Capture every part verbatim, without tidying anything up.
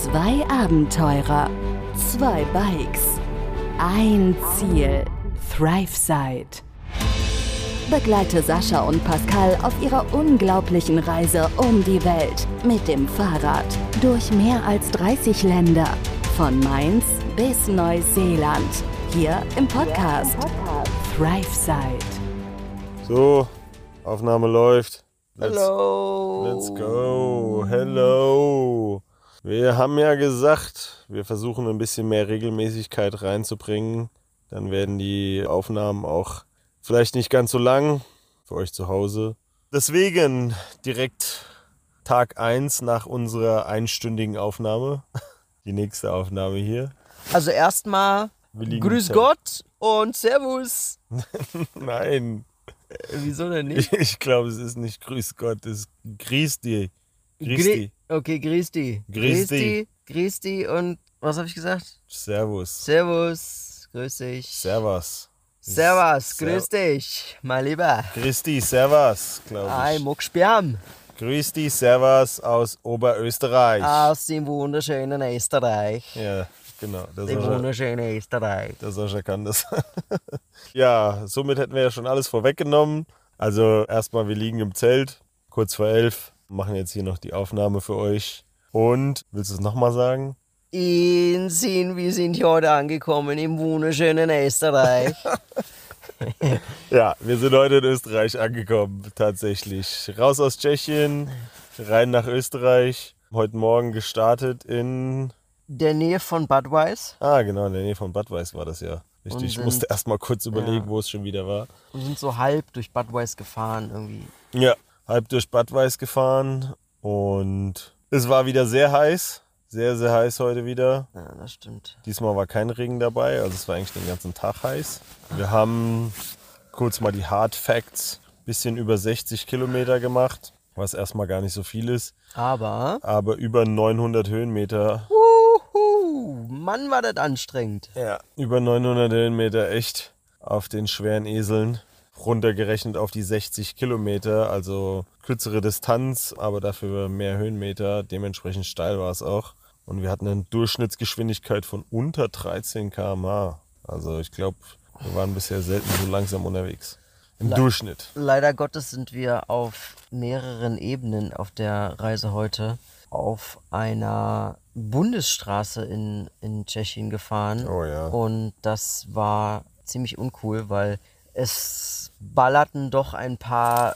Zwei Abenteurer, zwei Bikes, ein Ziel, ThriveSide. Begleite Sascha und Pascal auf ihrer unglaublichen Reise um die Welt mit dem Fahrrad durch mehr als dreißig Länder, von Mainz bis Neuseeland, hier im Podcast, ja, im Podcast. ThriveSide. So, Aufnahme läuft. Let's, Hello. Let's go. Hello. Wir haben ja gesagt, wir versuchen ein bisschen mehr Regelmäßigkeit reinzubringen. Dann werden die Aufnahmen auch vielleicht nicht ganz so lang für euch zu Hause. Deswegen direkt Tag eins nach unserer einstündigen Aufnahme. Die nächste Aufnahme hier. Also erstmal Grüß Gott und Servus. Nein. Äh, wieso denn nicht? Ich, ich glaube, es ist nicht Grüß Gott, es ist Grüß die. Grüß die. Okay, Grüß die. Grüß die. Grüß die und was habe ich gesagt? Servus. Servus. Grüß dich. Servus. Servus, grüß dich, mein Lieber. Grüß dich, Servus, glaube ich. Hi, Mucksperm. Grüß dich, Servus aus Oberösterreich. Aus dem wunderschönen Österreich. Ja, genau. Dem wunderschönen Österreich. Der Sascha kann das. Ja, somit hätten wir ja schon alles vorweggenommen. Also erstmal, wir liegen im Zelt, kurz vor elf, machen jetzt hier noch die Aufnahme für euch. Und, willst du es nochmal sagen? Insinn, wir sind hier heute angekommen im wunderschönen Österreich. Ja, wir sind heute in Österreich angekommen, tatsächlich. Raus aus Tschechien, rein nach Österreich. Heute Morgen gestartet in... Der Nähe von Bad Weiss. Ah, genau, in der Nähe von Bad Weiss war das ja. Richtig, ich musste erst mal kurz überlegen, ja, wo es schon wieder war. Und sind so halb durch Bad Weiss gefahren irgendwie. Ja, halb durch Bad Weiss gefahren und es war wieder sehr heiß. Sehr, sehr heiß heute wieder. Ja, das stimmt. Diesmal war kein Regen dabei, also es war eigentlich den ganzen Tag heiß. Wir haben kurz mal die Hard Facts, bisschen über sechzig Kilometer gemacht, was erstmal gar nicht so viel ist. Aber? Aber über neunhundert Höhenmeter. Wuhu, Mann, war das anstrengend. Ja, über neunhundert Höhenmeter echt auf den schweren Eseln. Runtergerechnet auf die sechzig Kilometer, also kürzere Distanz, aber dafür mehr Höhenmeter. Dementsprechend steil war es auch. Und wir hatten eine Durchschnittsgeschwindigkeit von unter dreizehn Kilometer pro Stunde. Also ich glaube, wir waren bisher selten so langsam unterwegs. Im Le- Durchschnitt. Leider Gottes sind wir auf mehreren Ebenen auf der Reise heute auf einer Bundesstraße in, in Tschechien gefahren. Oh ja. Und das war ziemlich uncool, weil es ballerten doch ein paar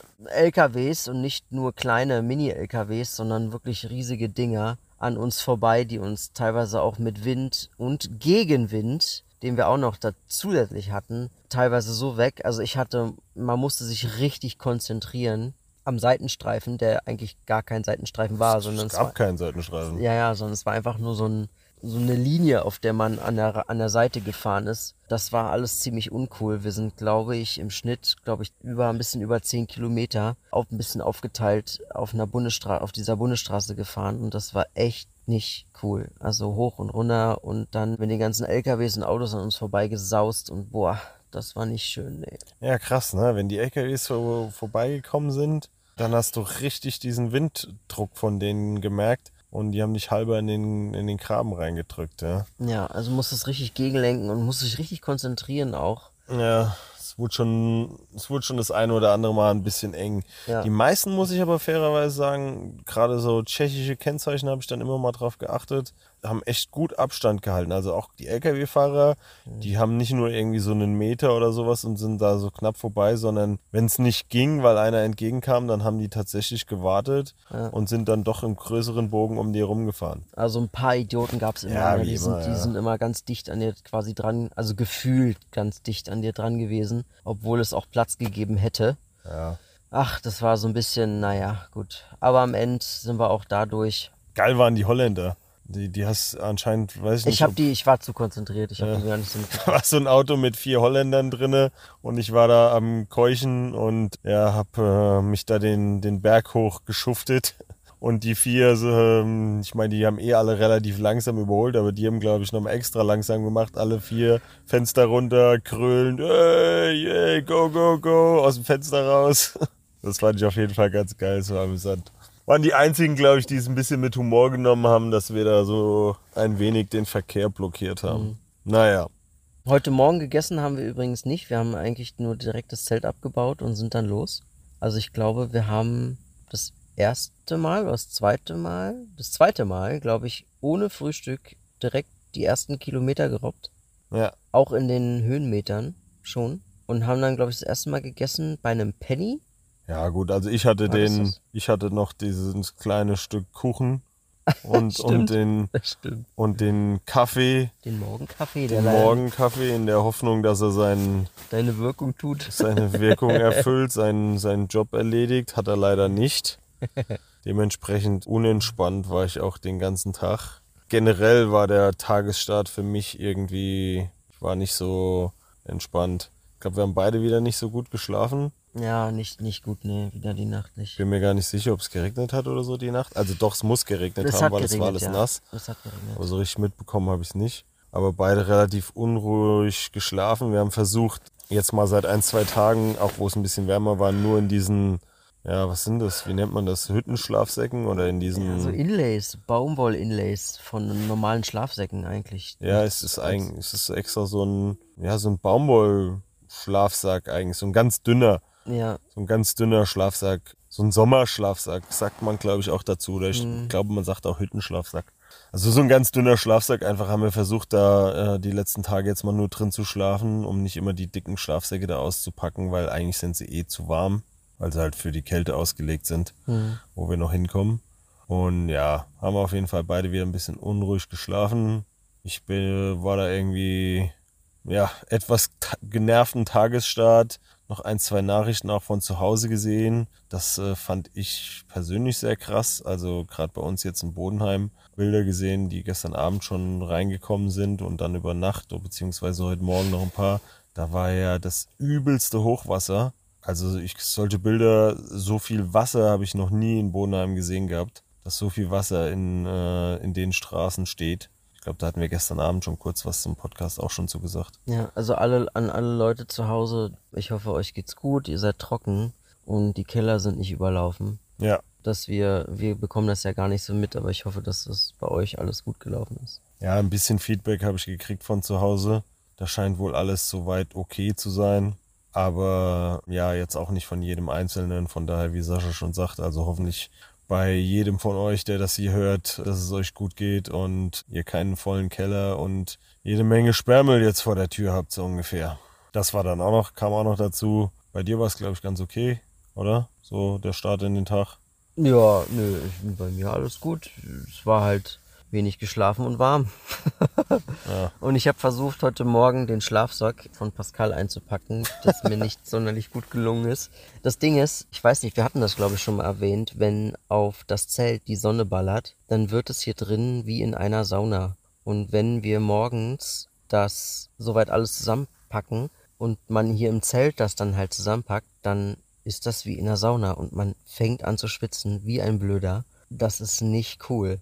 L K Ws und nicht nur kleine Mini-L K Ws, sondern wirklich riesige Dinger an uns vorbei, die uns teilweise auch mit Wind und Gegenwind, den wir auch noch da zusätzlich hatten, teilweise so weg. Also ich hatte, man musste sich richtig konzentrieren am Seitenstreifen, der eigentlich gar kein Seitenstreifen war, sondern es gab es war, keinen Seitenstreifen. Ja, ja, sondern es war einfach nur so ein so eine Linie, auf der man an der, an der Seite gefahren ist. Das war alles ziemlich uncool. Wir sind, glaube ich, im Schnitt, glaube ich, über ein bisschen über zehn Kilometer auf ein bisschen aufgeteilt auf einer Bundesstraße, auf dieser Bundesstraße gefahren und das war echt nicht cool. Also hoch und runter und dann mit den ganzen L K Ws und Autos an uns vorbeigesaust und boah, das war nicht schön, nee. Ja, krass, ne? Wenn die L K Ws so vorbeigekommen sind, dann hast du richtig diesen Winddruck von denen gemerkt. Und die haben dich halber in den, in den Graben reingedrückt, ja. Ja, also musst du es richtig gegenlenken und musst dich richtig konzentrieren auch. Ja, es wurde schon, es wurde schon das eine oder andere Mal ein bisschen eng. Ja. Die meisten, muss ich aber fairerweise sagen, gerade so tschechische Kennzeichen habe ich dann immer mal drauf geachtet, haben echt gut Abstand gehalten. Also auch die L K W-Fahrer, mhm. die haben nicht nur irgendwie so einen Meter oder sowas und sind da so knapp vorbei, sondern wenn es nicht ging, weil einer entgegenkam, dann haben die tatsächlich gewartet ja. und sind dann doch im größeren Bogen um die herumgefahren. Also ein paar Idioten gab es immer, ja, die, immer, sind, ja. die sind immer ganz dicht an dir quasi dran, also gefühlt ganz dicht an dir dran gewesen, obwohl es auch Platz gegeben hätte. Ja. Ach, das war so ein bisschen, naja, gut. Aber am Ende sind wir auch dadurch. Geil waren die Holländer. Die, die hast anscheinend, weiß ich nicht. Ich hab die, ich war zu konzentriert, ich habe ja. die gar nicht so mitgekriegt. Da war so ein Auto mit vier Holländern drinne und ich war da am Keuchen und ja, hab äh, mich da den, den Berg hoch geschuftet. Und die vier, so, ähm, ich meine, die haben eh alle relativ langsam überholt, aber die haben, glaube ich, nochmal extra langsam gemacht. Alle vier Fenster runter, krölend, hey, hey, go, go, go, aus dem Fenster raus. Das fand ich auf jeden Fall ganz geil, so amüsant. waren die einzigen, glaube ich, die es ein bisschen mit Humor genommen haben, dass wir da so ein wenig den Verkehr blockiert haben. Mhm. Naja. Heute Morgen gegessen haben wir übrigens nicht. Wir haben eigentlich nur direkt das Zelt abgebaut und sind dann los. Also ich glaube, wir haben das erste Mal oder das zweite Mal, das zweite Mal, glaube ich, ohne Frühstück direkt die ersten Kilometer gerobbt. Ja. Auch in den Höhenmetern schon. Und haben dann, glaube ich, das erste Mal gegessen bei einem Penny. Ja gut, also ich hatte War das den, das? ich hatte noch dieses kleine Stück Kuchen und, Stimmt, und, den, das stimmt. und den Kaffee, Den Morgenkaffee, der den leider Morgenkaffee in der Hoffnung, dass er seinen, deine Wirkung tut. seine Wirkung erfüllt, seinen, seinen Job erledigt, hat er leider nicht. Dementsprechend unentspannt war ich auch den ganzen Tag. Generell war der Tagesstart für mich irgendwie, ich war nicht so entspannt. Ich glaube, wir haben beide wieder nicht so gut geschlafen. Ja, nicht, nicht gut, nee, wieder die Nacht nicht. Ich bin mir gar nicht sicher, ob es geregnet hat oder so die Nacht. Also doch, es muss geregnet Das haben, hat weil es war alles geregnet, ja. nass. Das hat geregnet. Aber so richtig mitbekommen habe ich es nicht. Aber beide relativ unruhig geschlafen. Wir haben versucht, jetzt mal seit ein, zwei Tagen, auch wo es ein bisschen wärmer war, nur in diesen, ja, was sind das? Wie nennt man das? Hüttenschlafsäcken oder in diesen... Ja, so Inlays, Baumwoll-Inlays von normalen Schlafsäcken eigentlich. Ja, es ist eigentlich, es ist extra so ein, ja, so ein Baumwollschlafsack eigentlich, so ein ganz dünner. Ja. So ein ganz dünner Schlafsack, so ein Sommerschlafsack, sagt man, glaube ich, auch dazu. Oder ich Mhm. glaube, man sagt auch Hüttenschlafsack. Also so ein ganz dünner Schlafsack. Einfach haben wir versucht, da äh, die letzten Tage jetzt mal nur drin zu schlafen, um nicht immer die dicken Schlafsäcke da auszupacken, weil eigentlich sind sie eh zu warm, weil sie halt für die Kälte ausgelegt sind, Mhm. wo wir noch hinkommen. Und ja, haben auf jeden Fall beide wieder ein bisschen unruhig geschlafen. Ich bin, war da irgendwie, ja, etwas ta- genervten Tagesstart. Noch ein, zwei Nachrichten auch von zu Hause gesehen. Das äh, fand ich persönlich sehr krass. Also gerade bei uns jetzt in Bodenheim Bilder gesehen, die gestern Abend schon reingekommen sind und dann über Nacht, beziehungsweise heute Morgen noch ein paar. Da war ja das übelste Hochwasser. Also ich solche Bilder, so viel Wasser habe ich noch nie in Bodenheim gesehen gehabt, dass so viel Wasser in, äh, in den Straßen steht. Ich glaube, da hatten wir gestern Abend schon kurz was zum Podcast auch schon zu gesagt. Ja, also alle, an alle Leute zu Hause, ich hoffe, euch geht's gut, ihr seid trocken und die Keller sind nicht überlaufen. Ja. Dass wir, wir bekommen das ja gar nicht so mit, aber ich hoffe, dass es bei euch alles gut gelaufen ist. Ja, ein bisschen Feedback habe ich gekriegt von zu Hause. Da scheint wohl alles soweit okay zu sein. Aber ja, jetzt auch nicht von jedem Einzelnen. Von daher, wie Sascha schon sagt, also hoffentlich bei jedem von euch, der das hier hört, dass es euch gut geht und ihr keinen vollen Keller und jede Menge Sperrmüll jetzt vor der Tür habt, so ungefähr. Das war dann auch noch, kam auch noch dazu. Bei dir war es, glaube ich, ganz okay, oder? So der Start in den Tag. Ja, nö, ich, bei mir alles gut. Es war halt wenig geschlafen und warm. Ja. Und ich habe versucht, heute Morgen den Schlafsack von Pascal einzupacken, das mir nicht sonderlich gut gelungen ist. Das Ding ist, ich weiß nicht, wir hatten das glaube ich schon mal erwähnt, wenn auf das Zelt die Sonne ballert, dann wird es hier drin wie in einer Sauna. Und wenn wir morgens das soweit alles zusammenpacken und man hier im Zelt das dann halt zusammenpackt, dann ist das wie in einer Sauna und man fängt an zu schwitzen wie ein Blöder. Das ist nicht cool.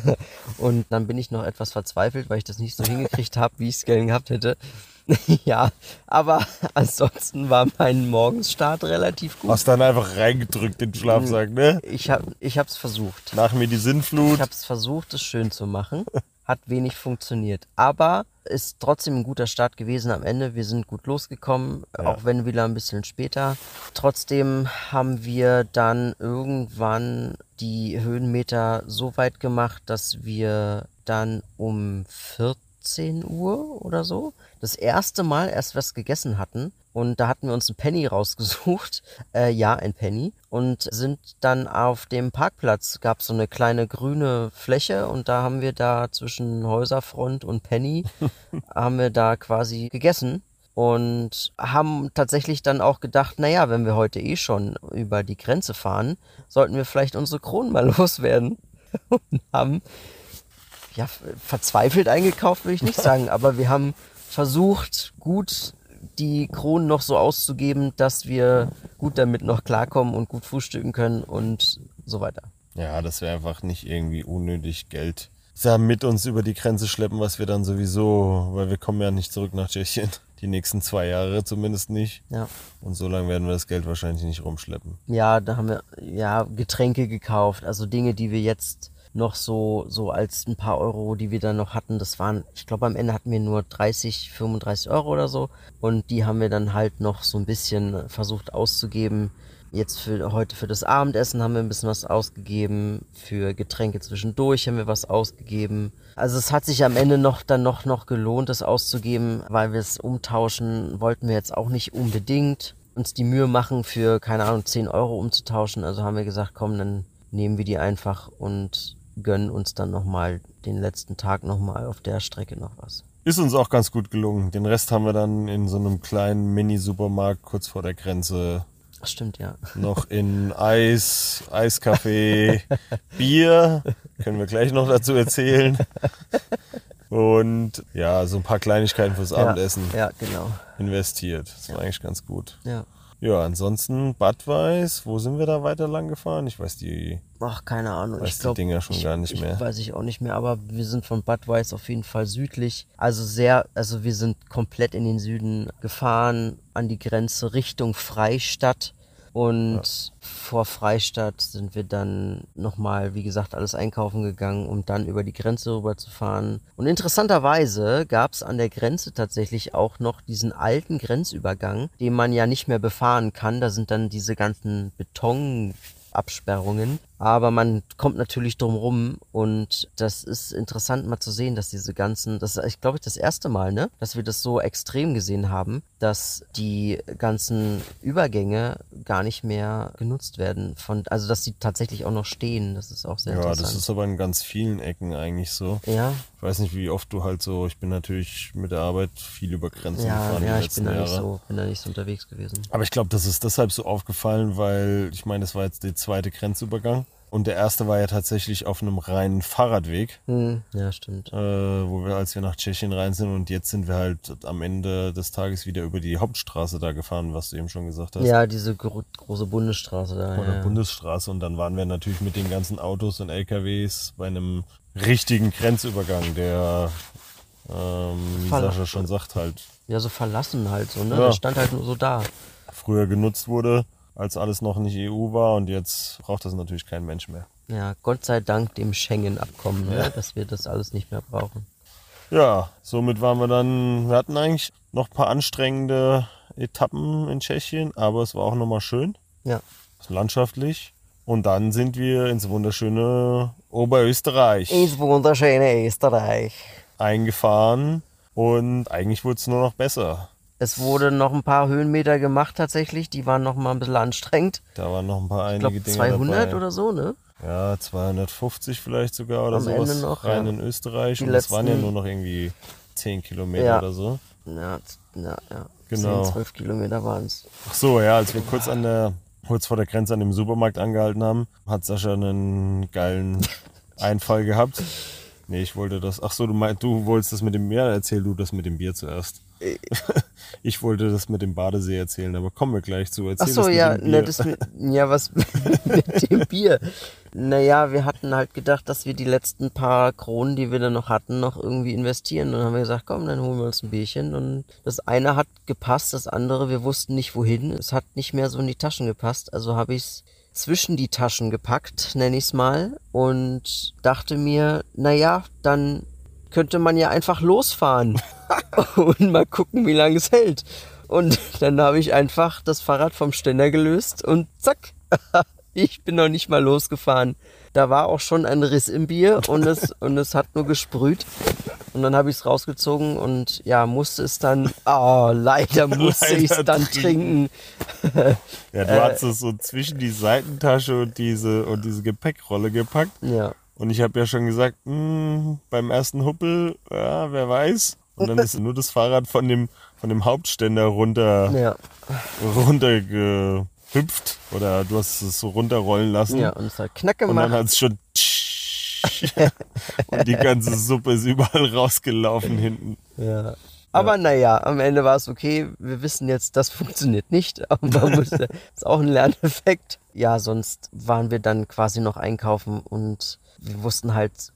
Und dann bin ich noch etwas verzweifelt, weil ich das nicht so hingekriegt habe, wie ich es gerne gehabt hätte. Ja, aber ansonsten war mein Morgensstart relativ gut. Hast dann einfach reingedrückt den Schlafsack, ne? Ich habe ich hab's versucht. Nach mir die Sinnflut. Ich habe es versucht, es schön zu machen. Hat wenig funktioniert. Aber ist trotzdem ein guter Start gewesen am Ende. Wir sind gut losgekommen, Ja. auch wenn wieder ein bisschen später. Trotzdem haben wir dann irgendwann die Höhenmeter so weit gemacht, dass wir dann um vierzehn Uhr oder so das erste Mal erst was gegessen hatten. Und da hatten wir uns einen Penny rausgesucht, äh, ja, ein Penny, und sind dann auf dem Parkplatz, gab es so eine kleine grüne Fläche und da haben wir da zwischen Häuserfront und Penny, haben wir da quasi gegessen und haben tatsächlich dann auch gedacht, naja, wenn wir heute eh schon über die Grenze fahren, sollten wir vielleicht unsere Kronen mal loswerden und haben, ja, verzweifelt eingekauft, will ich nicht sagen, aber wir haben versucht, gut die Kronen noch so auszugeben, dass wir gut damit noch klarkommen und gut frühstücken können und so weiter. Ja, dass wir einfach nicht irgendwie unnötig Geld ja, mit uns über die Grenze schleppen, was wir dann sowieso, weil wir kommen ja nicht zurück nach Tschechien. Die nächsten zwei Jahre zumindest nicht. Ja. Und so lange werden wir das Geld wahrscheinlich nicht rumschleppen. Ja, da haben wir ja Getränke gekauft, also Dinge, die wir jetzt noch so, so als ein paar Euro, die wir dann noch hatten, das waren, ich glaube am Ende hatten wir nur dreißig, fünfunddreißig Euro oder so und die haben wir dann halt noch so ein bisschen versucht auszugeben. Jetzt für heute für das Abendessen haben wir ein bisschen was ausgegeben, für Getränke zwischendurch haben wir was ausgegeben. Also es hat sich am Ende noch dann noch, noch gelohnt, das auszugeben, weil wir es umtauschen wollten wir jetzt auch nicht unbedingt uns die Mühe machen, für, keine Ahnung, zehn Euro umzutauschen. Also haben wir gesagt, komm, dann nehmen wir die einfach und gönnen uns dann nochmal den letzten Tag nochmal auf der Strecke noch was. Ist uns auch ganz gut gelungen. Den Rest haben wir dann in so einem kleinen Mini-Supermarkt kurz vor der Grenze. Das stimmt, ja. Noch in Eis, Eiskaffee, Bier. Können wir gleich noch dazu erzählen. Und ja, so ein paar Kleinigkeiten fürs Abendessen ja, ja, genau. investiert. Das war eigentlich ganz gut. Ja. Ja, ansonsten Bad Weiß, wo sind wir da weiter lang gefahren? Ich weiß die, Ach, keine Ahnung. weiß ich die glaub, Dinger schon ich, gar nicht ich, mehr. Weiß ich auch nicht mehr, aber wir sind von Bad Weiß auf jeden Fall südlich. Also sehr, also wir sind komplett in den Süden gefahren, an die Grenze Richtung Freistadt. Und ja. vor Freistadt sind wir dann nochmal, wie gesagt, alles einkaufen gegangen, um dann über die Grenze rüber zu fahren. Und interessanterweise gab es an der Grenze tatsächlich auch noch diesen alten Grenzübergang, den man ja nicht mehr befahren kann. Da sind dann diese ganzen Betonabsperrungen. Aber man kommt natürlich drum rum und das ist interessant mal zu sehen, dass diese ganzen, das ist, glaube ich, das erste Mal, ne, dass wir das so extrem gesehen haben, dass die ganzen Übergänge gar nicht mehr genutzt werden, von, also dass die tatsächlich auch noch stehen, das ist auch sehr ja, interessant. Ja, das ist aber in ganz vielen Ecken eigentlich so. Ja. Ich weiß nicht, wie oft du halt so, ich bin natürlich mit der Arbeit viel über Grenzen ja, gefahren ja, die ich bin letzten da, nicht Jahre. so, bin da nicht so unterwegs gewesen. Aber ich glaube, das ist deshalb so aufgefallen, weil, ich meine, das war jetzt der zweite Grenzübergang. Und der erste war ja tatsächlich auf einem reinen Fahrradweg. Hm, ja, stimmt. Äh, wo wir, als wir nach Tschechien rein sind, und jetzt sind wir halt am Ende des Tages wieder über die Hauptstraße da gefahren, was du eben schon gesagt hast. Ja, diese gro- große Bundesstraße da. Oder ja. Bundesstraße. Und dann waren wir natürlich mit den ganzen Autos und L K Ws bei einem richtigen Grenzübergang, der, ähm, wie Fall- Sascha schon sagt, halt Ja, so verlassen halt so, ne? Ja. Der stand halt nur so da. früher genutzt wurde, als alles noch nicht E U war, und jetzt braucht das natürlich kein Mensch mehr. Ja, Gott sei Dank dem Schengen-Abkommen, ne? Ja. Dass wir das alles nicht mehr brauchen. Ja, somit waren wir dann, wir hatten eigentlich noch ein paar anstrengende Etappen in Tschechien, aber es war auch nochmal schön, Ja. landschaftlich. Und dann sind wir ins wunderschöne Oberösterreich Ins wunderschöne Österreich. eingefahren, und eigentlich wurde es nur noch besser. Es wurde noch ein paar Höhenmeter gemacht tatsächlich, die waren noch mal ein bisschen anstrengend. Da waren noch ein paar Ich einige glaube Dinge zweihundert dabei. oder so, ne? Ja, zweihundertfünfzig vielleicht sogar oder Am sowas Ende noch, rein ja. in Österreich. Die Und es waren ja letzten- nur noch irgendwie zehn Kilometer Ja. oder so. Ja, z- ja, ja. Genau. zehn, zwölf Kilometer waren es. Ach so, ja, als wir kurz an der, kurz vor der Grenze an dem Supermarkt angehalten haben, hat Sascha einen geilen Einfall gehabt. Nee, ich wollte das, ach so, du meinst, du wolltest das mit dem Bier, erzähl du das mit dem Bier zuerst. Ich wollte das mit dem Badesee erzählen, aber kommen wir gleich zu. Erzähl Ach so, das mit ja, dem Bier. ne, das mit, ja, was mit dem Bier? Naja, wir hatten halt gedacht, dass wir die letzten paar Kronen, die wir dann noch hatten, noch irgendwie investieren. Und dann haben wir gesagt, komm, dann holen wir uns ein Bierchen. Und das eine hat gepasst, das andere, wir wussten nicht wohin. Es hat nicht mehr so in die Taschen gepasst. Also habe ich es zwischen die Taschen gepackt, nenne ich es mal. Und dachte mir, naja, dann könnte man ja einfach losfahren und mal gucken, wie lange es hält. Und dann habe ich einfach das Fahrrad vom Ständer gelöst und zack, ich bin noch nicht mal losgefahren. Da war auch schon ein Riss im Bier und es, und es hat nur gesprüht. Und dann habe ich es rausgezogen und ja, musste es dann, oh, leider musste Leider ich es dann trinken. trinken. Ja, du Äh. hast es so zwischen die Seitentasche und diese, und diese Gepäckrolle gepackt. Ja. Und ich habe ja schon gesagt, mh, beim ersten Huppel, ja, wer weiß. Und dann ist nur das Fahrrad von dem, von dem Hauptständer runter, Ja, runter gehüpft. Oder du hast es so runterrollen lassen. ja, und es hat Knack und dann gemacht. hat es schon und die ganze Suppe ist überall rausgelaufen hinten. Ja. Aber naja, am Ende war es okay. Wir wissen jetzt, das funktioniert nicht. Aber man musste, ist auch ein Lerneffekt. Ja, sonst waren wir dann quasi noch einkaufen und wir wussten halt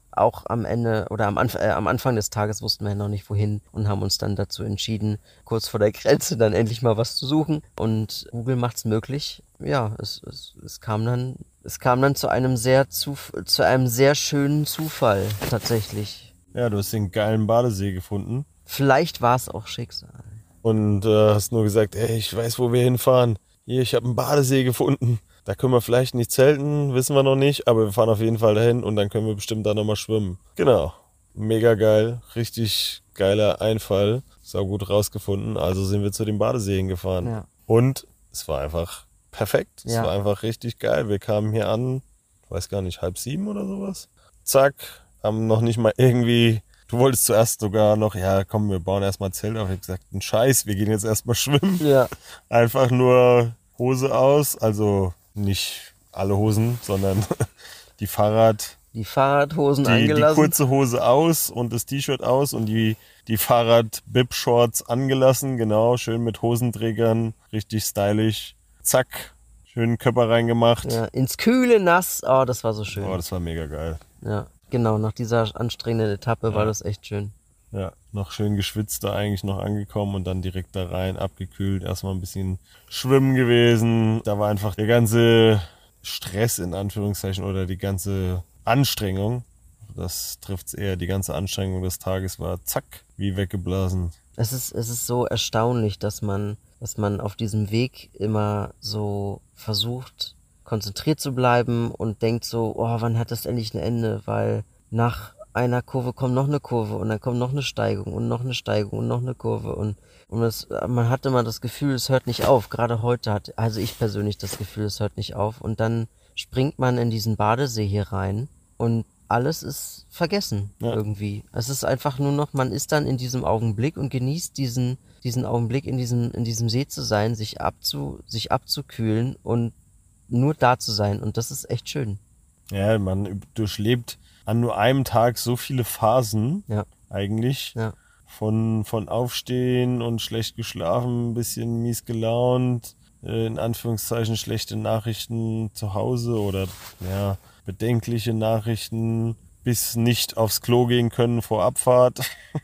auch am Ende oder am, Anf- äh, am Anfang des Tages wussten wir noch nicht wohin und haben uns dann dazu entschieden, kurz vor der Grenze dann endlich mal was zu suchen. Und Google macht's möglich. Ja, es, es, es kam dann, es kam dann zu einem sehr Zuf- zu einem sehr schönen Zufall tatsächlich. Ja, du hast den geilen Badesee gefunden. Vielleicht war es auch Schicksal. Und äh, hast nur gesagt, ey, ich weiß, wo wir hinfahren. Hier, ich habe einen Badesee gefunden. Da können wir vielleicht nicht zelten, wissen wir noch nicht, aber wir fahren auf jeden Fall dahin und dann können wir bestimmt da nochmal schwimmen. Genau. Mega geil. Richtig geiler Einfall. Sau gut rausgefunden. Also sind wir zu den Badeseen gefahren. Ja. Und es war einfach perfekt. Es Ja. war einfach richtig geil. Wir kamen hier an, ich weiß gar nicht, halb sieben oder sowas. Zack, haben noch nicht mal irgendwie... Du wolltest zuerst sogar noch, ja komm, wir bauen erstmal Zelt auf. Ich hab gesagt, ein Scheiß, wir gehen jetzt erstmal schwimmen. Ja. Einfach nur Hose aus, also nicht alle Hosen, sondern die Fahrrad, Die Fahrradhosen die, die angelassen. kurze Hose aus und das T-Shirt aus und die, die Fahrrad-Bib-Shorts angelassen, genau, schön mit Hosenträgern, richtig stylisch. Zack, schönen Körper reingemacht. Ja, ins kühle Nass. Oh, das war so schön. Oh, das war mega geil. Ja, genau. Nach dieser anstrengenden Etappe war Ja. das echt schön. Ja, noch schön geschwitzt da eigentlich noch angekommen und dann direkt da rein, abgekühlt, erstmal ein bisschen schwimmen gewesen. Da war einfach der ganze Stress in Anführungszeichen oder die ganze Anstrengung, das trifft's eher, die ganze Anstrengung des Tages war zack, wie weggeblasen. Es ist, es ist so erstaunlich, dass man, dass man auf diesem Weg immer so versucht, konzentriert zu bleiben und denkt so, oh, wann hat das endlich ein Ende? Weil nach einer Kurve kommt noch eine Kurve und dann kommt noch eine Steigung und noch eine Steigung und noch eine Kurve und, und es, man hat immer das Gefühl, es hört nicht auf. Gerade heute hat, also ich persönlich das Gefühl, es hört nicht auf und dann springt man in diesen Badesee hier rein und alles ist vergessen Ja. irgendwie. Es ist einfach nur noch, man ist dann in diesem Augenblick und genießt diesen, diesen Augenblick in diesem, in diesem See zu sein, sich abzu, sich abzukühlen und nur da zu sein und das ist echt schön. Ja, man durchlebt an nur einem Tag so viele Phasen Ja. eigentlich. Ja. Von, von Aufstehen und schlecht geschlafen, ein bisschen mies gelaunt, äh, in Anführungszeichen schlechte Nachrichten zu Hause oder ja, bedenkliche Nachrichten, bis nicht aufs Klo gehen können vor Abfahrt,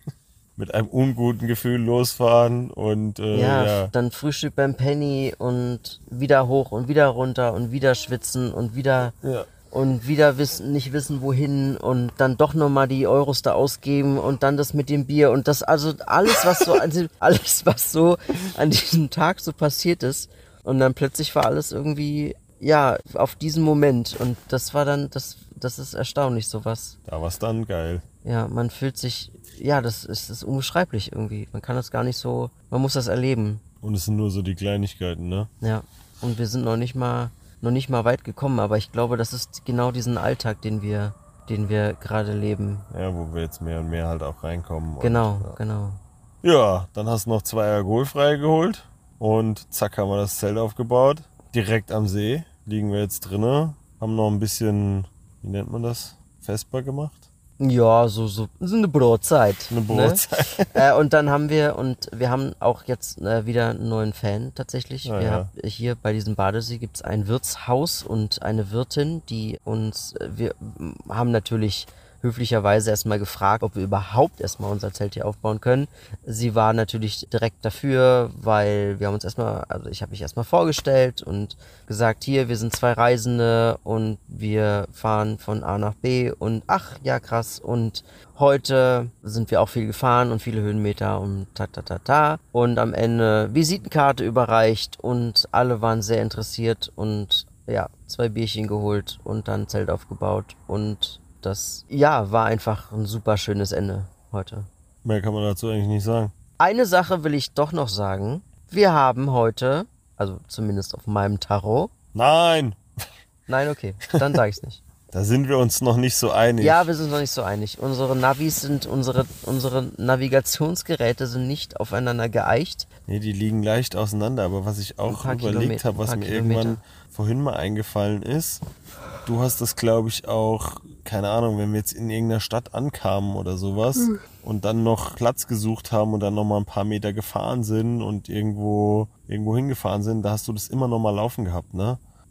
mit einem unguten Gefühl losfahren und äh, Ja, ja, dann Frühstück beim Penny und wieder hoch und wieder runter und wieder schwitzen und wieder ja. und wieder wissen, nicht wissen wohin und dann doch nochmal die Euros da ausgeben und dann das mit dem Bier und das, also alles, was so, also alles, was so an diesem Tag so passiert ist und dann plötzlich war alles irgendwie, ja, auf diesen Moment und das war dann, das, das ist erstaunlich, sowas. Da war's dann geil. Ja, man fühlt sich, ja, das ist, das ist unbeschreiblich irgendwie. Man kann das gar nicht so, man muss das erleben. Und es sind nur so die Kleinigkeiten, ne? Ja, und wir sind noch nicht mal, noch nicht mal weit gekommen, aber ich glaube, das ist genau diesen Alltag, den wir, den wir gerade leben. Ja, wo wir jetzt mehr und mehr halt auch reinkommen. Genau, Und, ja. genau. Ja, dann hast du noch zwei alkoholfreie geholt und zack haben wir das Zelt aufgebaut. Direkt am See liegen wir jetzt drinne, haben noch ein bisschen, wie nennt man das, Vesper gemacht. Ja, so, so, so eine Brotzeit. Eine Brotzeit. Ne? äh, und dann haben wir, und wir haben auch jetzt äh, wieder einen neuen Fan tatsächlich. Ah, wir ja. haben, hier bei diesem Badesee gibt's ein Wirtshaus und eine Wirtin, die uns, äh, wir mm, haben natürlich höflicherweise erstmal gefragt, ob wir überhaupt erstmal unser Zelt hier aufbauen können. Sie war natürlich direkt dafür, weil wir haben uns erstmal, also ich habe mich erstmal vorgestellt und gesagt, hier, wir sind zwei Reisende und wir fahren von A nach B und ach, ja krass und heute sind wir auch viel gefahren und viele Höhenmeter und ta ta ta ta und am Ende Visitenkarte überreicht und alle waren sehr interessiert und ja, zwei Bierchen geholt und dann Zelt aufgebaut und das, ja, war einfach ein super schönes Ende heute. Mehr kann man dazu eigentlich nicht sagen. Eine Sache will ich doch noch sagen. Wir haben heute, also zumindest auf meinem Tarot. Nein, Nein, okay, dann sage ich es nicht. da sind wir uns noch nicht so einig. Ja, wir sind noch nicht so einig. Unsere Navis sind, unsere, unsere Navigationsgeräte sind nicht aufeinander geeicht. Nee, die liegen leicht auseinander, aber was ich auch Ein paar überlegt Kilometer- habe, was ein mir paar irgendwann Kilometer. vorhin mal eingefallen ist, du hast das, glaube ich, auch, keine Ahnung, wenn wir jetzt in irgendeiner Stadt ankamen oder sowas Hm. und dann noch Platz gesucht haben und dann noch mal ein paar Meter gefahren sind und irgendwo, irgendwo hingefahren sind, da hast du das immer noch mal laufen gehabt, ne?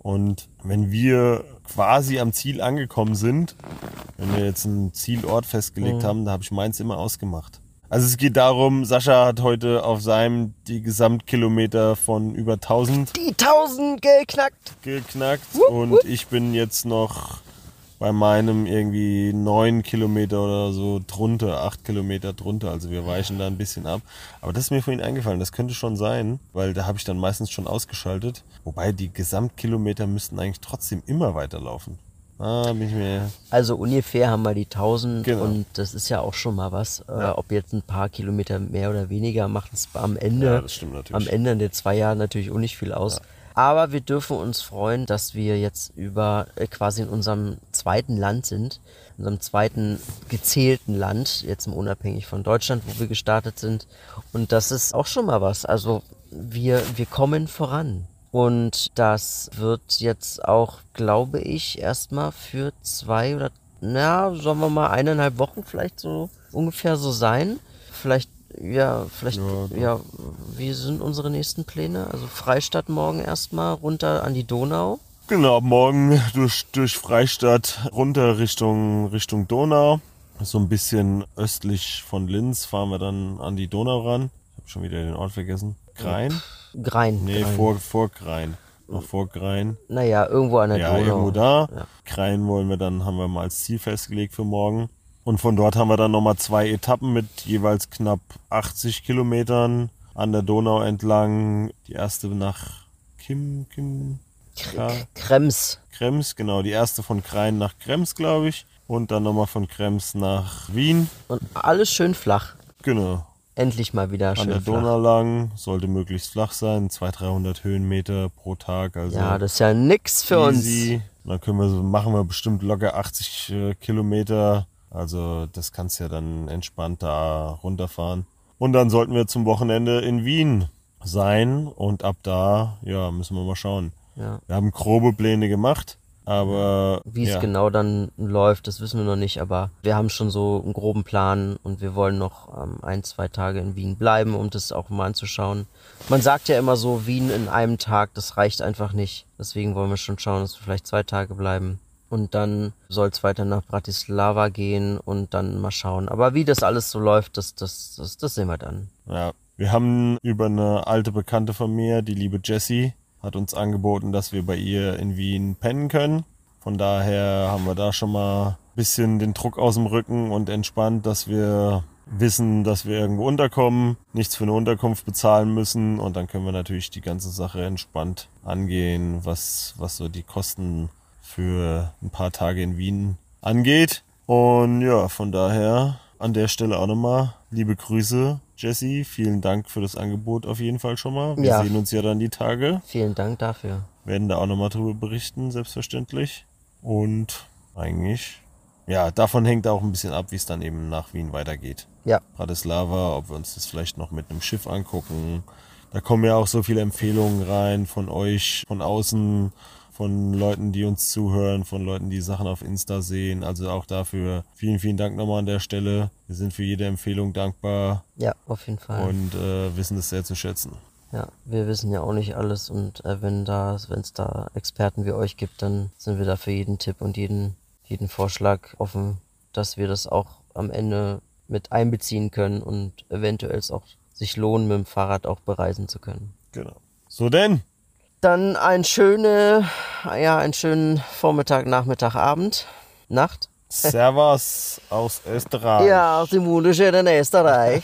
Und wenn wir quasi am Ziel angekommen sind, wenn wir jetzt einen Zielort festgelegt mhm. haben, da habe ich meins immer ausgemacht. Also es geht darum, Sascha hat heute auf seinem die Gesamtkilometer von über tausend Die tausend geknackt. geknackt Wupp, und wupp. ich bin jetzt noch bei meinem irgendwie neun Kilometer oder so drunter, acht Kilometer drunter. Also wir weichen da ein bisschen ab. Aber das ist mir vorhin eingefallen, das könnte schon sein, weil da habe ich dann meistens schon ausgeschaltet. Wobei die Gesamtkilometer müssten eigentlich trotzdem immer weiterlaufen. Ah, bin ich mir... Also ungefähr haben wir die tausend Genau. und das ist ja auch schon mal was. Ja. Äh, ob jetzt ein paar Kilometer mehr oder weniger, macht es am Ende, Ja, das stimmt natürlich. am Ende in den zwei Jahren natürlich auch nicht viel aus. Ja. Aber wir dürfen uns freuen, dass wir jetzt über äh, quasi in unserem zweiten Land sind, in unserem zweiten gezählten Land, jetzt mal unabhängig von Deutschland, wo wir gestartet sind. Und das ist auch schon mal was. Also wir, wir kommen voran. Und das wird jetzt auch, glaube ich, erstmal für zwei oder, na, sagen wir mal, eineinhalb Wochen vielleicht so ungefähr so sein. Vielleicht, ja, vielleicht, Ja, ja, wie sind unsere nächsten Pläne? Also Freistadt morgen erstmal runter an die Donau. Genau, morgen durch, durch Freistadt runter Richtung, Richtung Donau. So ein bisschen östlich von Linz fahren wir dann an die Donau ran. Ich habe schon wieder den Ort vergessen. Grein? Grein. Nee, Grein. vor, vor Grein. Noch vor Grein. Naja, irgendwo an der Ja, Donau. irgendwo da. Ja. Grein wollen wir dann, haben wir mal als Ziel festgelegt für morgen. Und von dort haben wir dann nochmal zwei Etappen mit jeweils knapp achtzig Kilometern an der Donau entlang. Die erste nach Kim, Kim, ja, Krems. Krems, genau. Die erste von Grein nach Krems, glaube ich. Und dann nochmal von Krems nach Wien. Und alles schön flach. Genau. Endlich mal wieder An schön der flach. Donau lang, sollte möglichst flach sein, zweihundert, dreihundert Höhenmeter pro Tag. Also Ja, das ist ja nix für easy. uns. Dann können wir so, machen wir bestimmt locker achtzig äh, Kilometer. Also das kannst du ja dann entspannt da runterfahren. Und dann sollten wir zum Wochenende in Wien sein und ab da, ja, müssen wir mal schauen. Ja. Wir haben grobe Pläne gemacht, aber Wie es ja, genau dann läuft, das wissen wir noch nicht, aber wir haben schon so einen groben Plan und wir wollen noch ähm, ein, zwei Tage in Wien bleiben, um das auch mal anzuschauen. Man sagt ja immer so, Wien in einem Tag, das reicht einfach nicht. Deswegen wollen wir schon schauen, dass wir vielleicht zwei Tage bleiben. Und dann soll es weiter nach Bratislava gehen und dann mal schauen. Aber wie das alles so läuft, das, das, das, das sehen wir dann. ja. Wir haben über eine alte Bekannte von mir, die liebe Jessie, hat uns angeboten, dass wir bei ihr in Wien pennen können. Von daher haben wir da schon mal ein bisschen den Druck aus dem Rücken und entspannt, dass wir wissen, dass wir irgendwo unterkommen, nichts für eine Unterkunft bezahlen müssen und dann können wir natürlich die ganze Sache entspannt angehen, was, was so die Kosten für ein paar Tage in Wien angeht. Und ja, von daher an der Stelle auch nochmal liebe Grüße, Jessie. Vielen Dank für das Angebot auf jeden Fall schon mal. Wir Ja. sehen uns ja dann die Tage. Vielen Dank dafür. Werden da auch nochmal drüber berichten, selbstverständlich. Und eigentlich, ja, davon hängt auch ein bisschen ab, wie es dann eben nach Wien weitergeht. Ja, Bratislava, ob wir uns das vielleicht noch mit einem Schiff angucken. Da kommen ja auch so viele Empfehlungen rein von euch, von außen, von Leuten, die uns zuhören, von Leuten, die Sachen auf Insta sehen. Also auch dafür vielen, vielen Dank nochmal an der Stelle. Wir sind für jede Empfehlung dankbar ja, auf jeden Fall. und äh, wissen es sehr zu schätzen. Ja, wir wissen ja auch nicht alles und äh, wenn da, wenn es da Experten wie euch gibt, dann sind wir da für jeden Tipp und jeden, jeden Vorschlag offen, dass wir das auch am Ende mit einbeziehen können und eventuell es auch sich lohnen, mit dem Fahrrad auch bereisen zu können. Genau. So denn, Dann ein schöne, ja, einen schönen Vormittag, Nachmittag, Abend, Nacht. Servus aus Österreich. Ja, aus dem wunderschönen Österreich.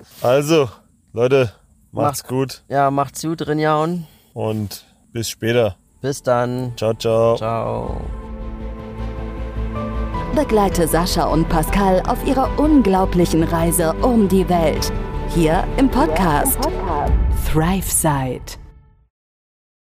Also, Leute, macht's Macht- gut Ja, macht's gut, Rinjaun. und bis später. Bis dann. Ciao, ciao. Ciao. Begleite Sascha und Pascal auf ihrer unglaublichen Reise um die Welt. Hier im Podcast ThriveSide.